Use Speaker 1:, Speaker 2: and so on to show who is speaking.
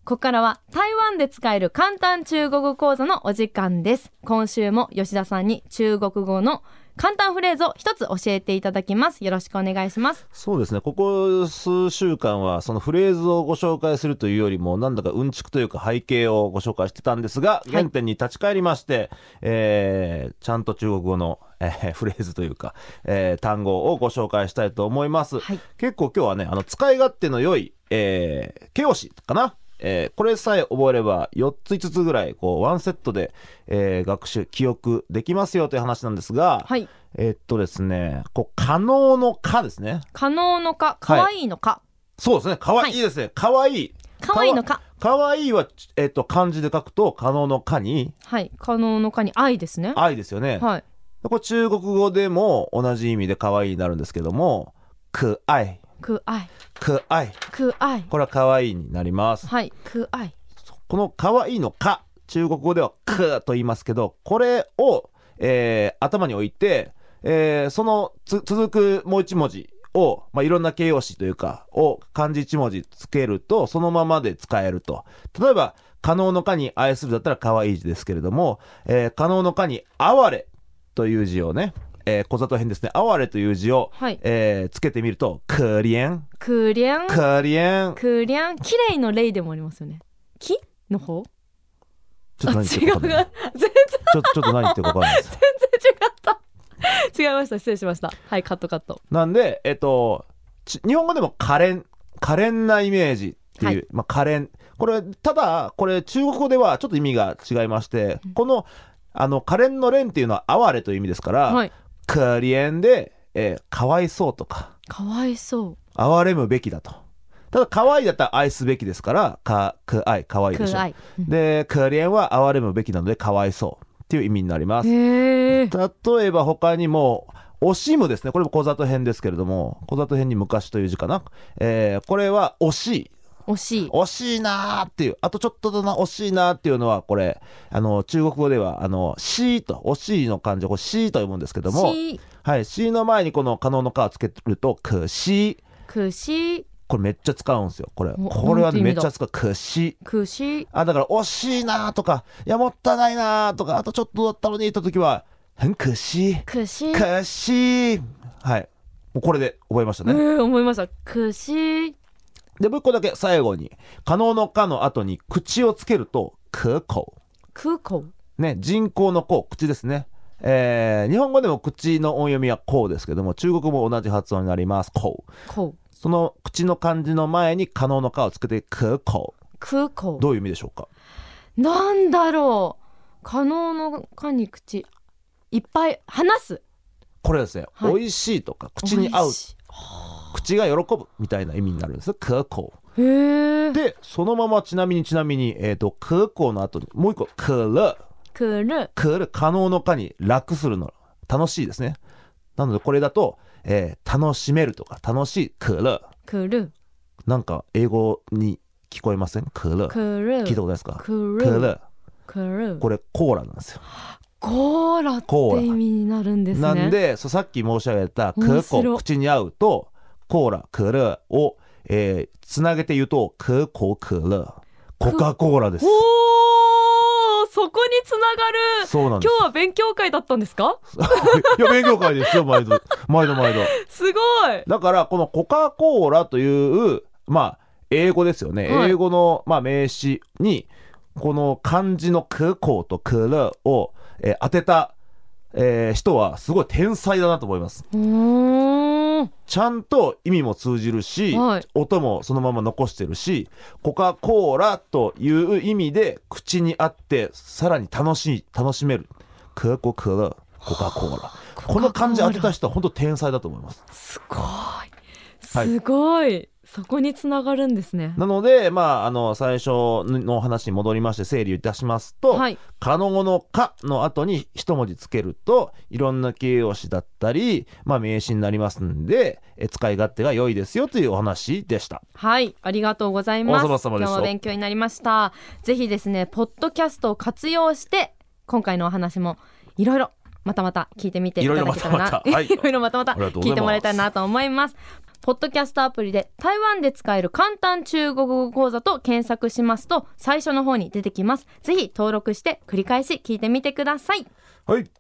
Speaker 1: ここからは台湾で使える簡単中国語講座のお時間です。今週も吉田さんに中国語の簡単フレーズを一つ教えていただきます。よろしくお願いします。
Speaker 2: そうですね、ここ数週間はそのフレーズをご紹介するというよりもなんだかうんちくというか背景をご紹介してたんですが、原点に立ち返りまして、ちゃんと中国語の、フレーズというか、単語をご紹介したいと思います、結構今日はね使い勝手の良い、形容詞かな、これさえ覚えれば4つ5つぐらいワンセットで、学習記憶できますよという話なんですが、ですね、可能の可ですね。
Speaker 1: 可能の可、可愛いの可、
Speaker 2: そうですね、可愛いですね、可愛い、
Speaker 1: 可愛いの可、
Speaker 2: 可愛いは、漢字で書くと可能の可に、
Speaker 1: 可能の可に愛ですね。
Speaker 2: 愛ですよね。これ中国語でも同じ意味で可愛いになるんですけども、可愛、
Speaker 1: 可愛、
Speaker 2: 可愛、
Speaker 1: 可愛、
Speaker 2: これは可愛いになります。
Speaker 1: 可愛。
Speaker 2: この可愛いの可、中国語では可と言いますけど、これを、頭に置いて、その続くもう一文字を、いろんな形容詞というかを漢字一文字つけるとそのままで使えると。例えば可能の可に愛するだったら可愛い字ですけれども、可能の可に哀れという字をね、小里編ですね、哀れという字を、つけてみると可憐、
Speaker 1: 可憐、
Speaker 2: 可憐、
Speaker 1: 可憐、綺麗の例でもありますよね。木の方、
Speaker 2: ちょっと何言ってるか分かんない。ちょっと何言ってるか分かんないです。
Speaker 1: 全然違った違いました、失礼しました。カットカット。
Speaker 2: なんで日本語でも可憐なイメージっていう、可憐、これただこれ中国語ではちょっと意味が違いまして、この可憐の憐っていうのは哀れという意味ですから、可憐で、かわいそうとか、
Speaker 1: かわいそう、
Speaker 2: 哀れむべきだと。ただ可愛いだったら愛すべきですから可愛いでしょ。で可憐は哀れむべきなのでかわいそうっていう意味になります。例えば他にも惜しむですね、これも小里編ですけれども、小里編に昔という字かな、これは惜しい、惜しいなーっていう、あとちょっとだな惜しいなーっていうのは、これ中国語ではしーと惜しいの漢字をしーと読むんですけども、しーの前にこの可能の可をつけるとくしー、これめっちゃ使うんですよ。これは、ね、めっちゃ使う。くしだから惜しいなとか、いやもったいないなとか、あとちょっとだったのにと時は很可惜、可惜、もうこれで覚えましたね。
Speaker 1: 思いました。可惜
Speaker 2: でもう一個だけ最後に可能の可の後に口をつけると可口、ね、人工の口、口ですね。日本語でも口の音読みはこうですけども、中国語も同じ発音になります。こう、その口の漢字の前に可能の可をつけて可口、どういう意味でしょうか。
Speaker 1: なんだろう、可能の可に口、いっぱい話す、
Speaker 2: これですね、美味しいとか口に合う、口が喜ぶみたいな意味になるんです。可口で、そのままちなみに可口の後にもう一個可乐、可能の可に楽するの楽しいですね。なのでこれだと、楽しめるとか楽しい、可乐、なんか英語に聞こえません？可乐、聞いたことないですか？可乐、これコーラなんですよ。
Speaker 1: コーラって意味になるんですね。
Speaker 2: なんでさっき申し上げた可口、口に合うとコーラ、可乐を、つなげて言うと可口可乐、コカ・コーラです。
Speaker 1: そこにつながる。
Speaker 2: そうなんです。
Speaker 1: 今日は勉強会だったんですか？
Speaker 2: いや勉強会ですよ、毎度
Speaker 1: すごい。
Speaker 2: だからこのコカ・コーラという英語ですよね、英語の、名詞にこの漢字の可口と可乐を、当てた、人はすごい天才だなと思います。ちゃんと意味も通じるし、音もそのまま残してるし、コカ・コーラという意味で口にあってさらに楽しめる、可口可乐、コカ・コーラ、この漢字当てた人は本当天才だと思います。
Speaker 1: すごい、そこにつながるんですね。
Speaker 2: なので、最初の話に戻りまして整理いたしますと、可能の可の後に一文字つけるといろんな形容詞だったり、名詞になりますんで、使い勝手が良いですよというお話でした。
Speaker 1: はい、ありがとうございます。
Speaker 2: 今日
Speaker 1: も勉強になりました。ぜひですね、ポッドキャストを活用して今回のお話もいろいろまた聞いてみていただけたらな、いろいろまた聞いてもらえたらなと思います。 ポッドキャストアプリで台湾で使える簡単中国語講座と検索しますと最初の方に出てきます。ぜひ登録して繰り返し聞いてみてください。
Speaker 2: はい、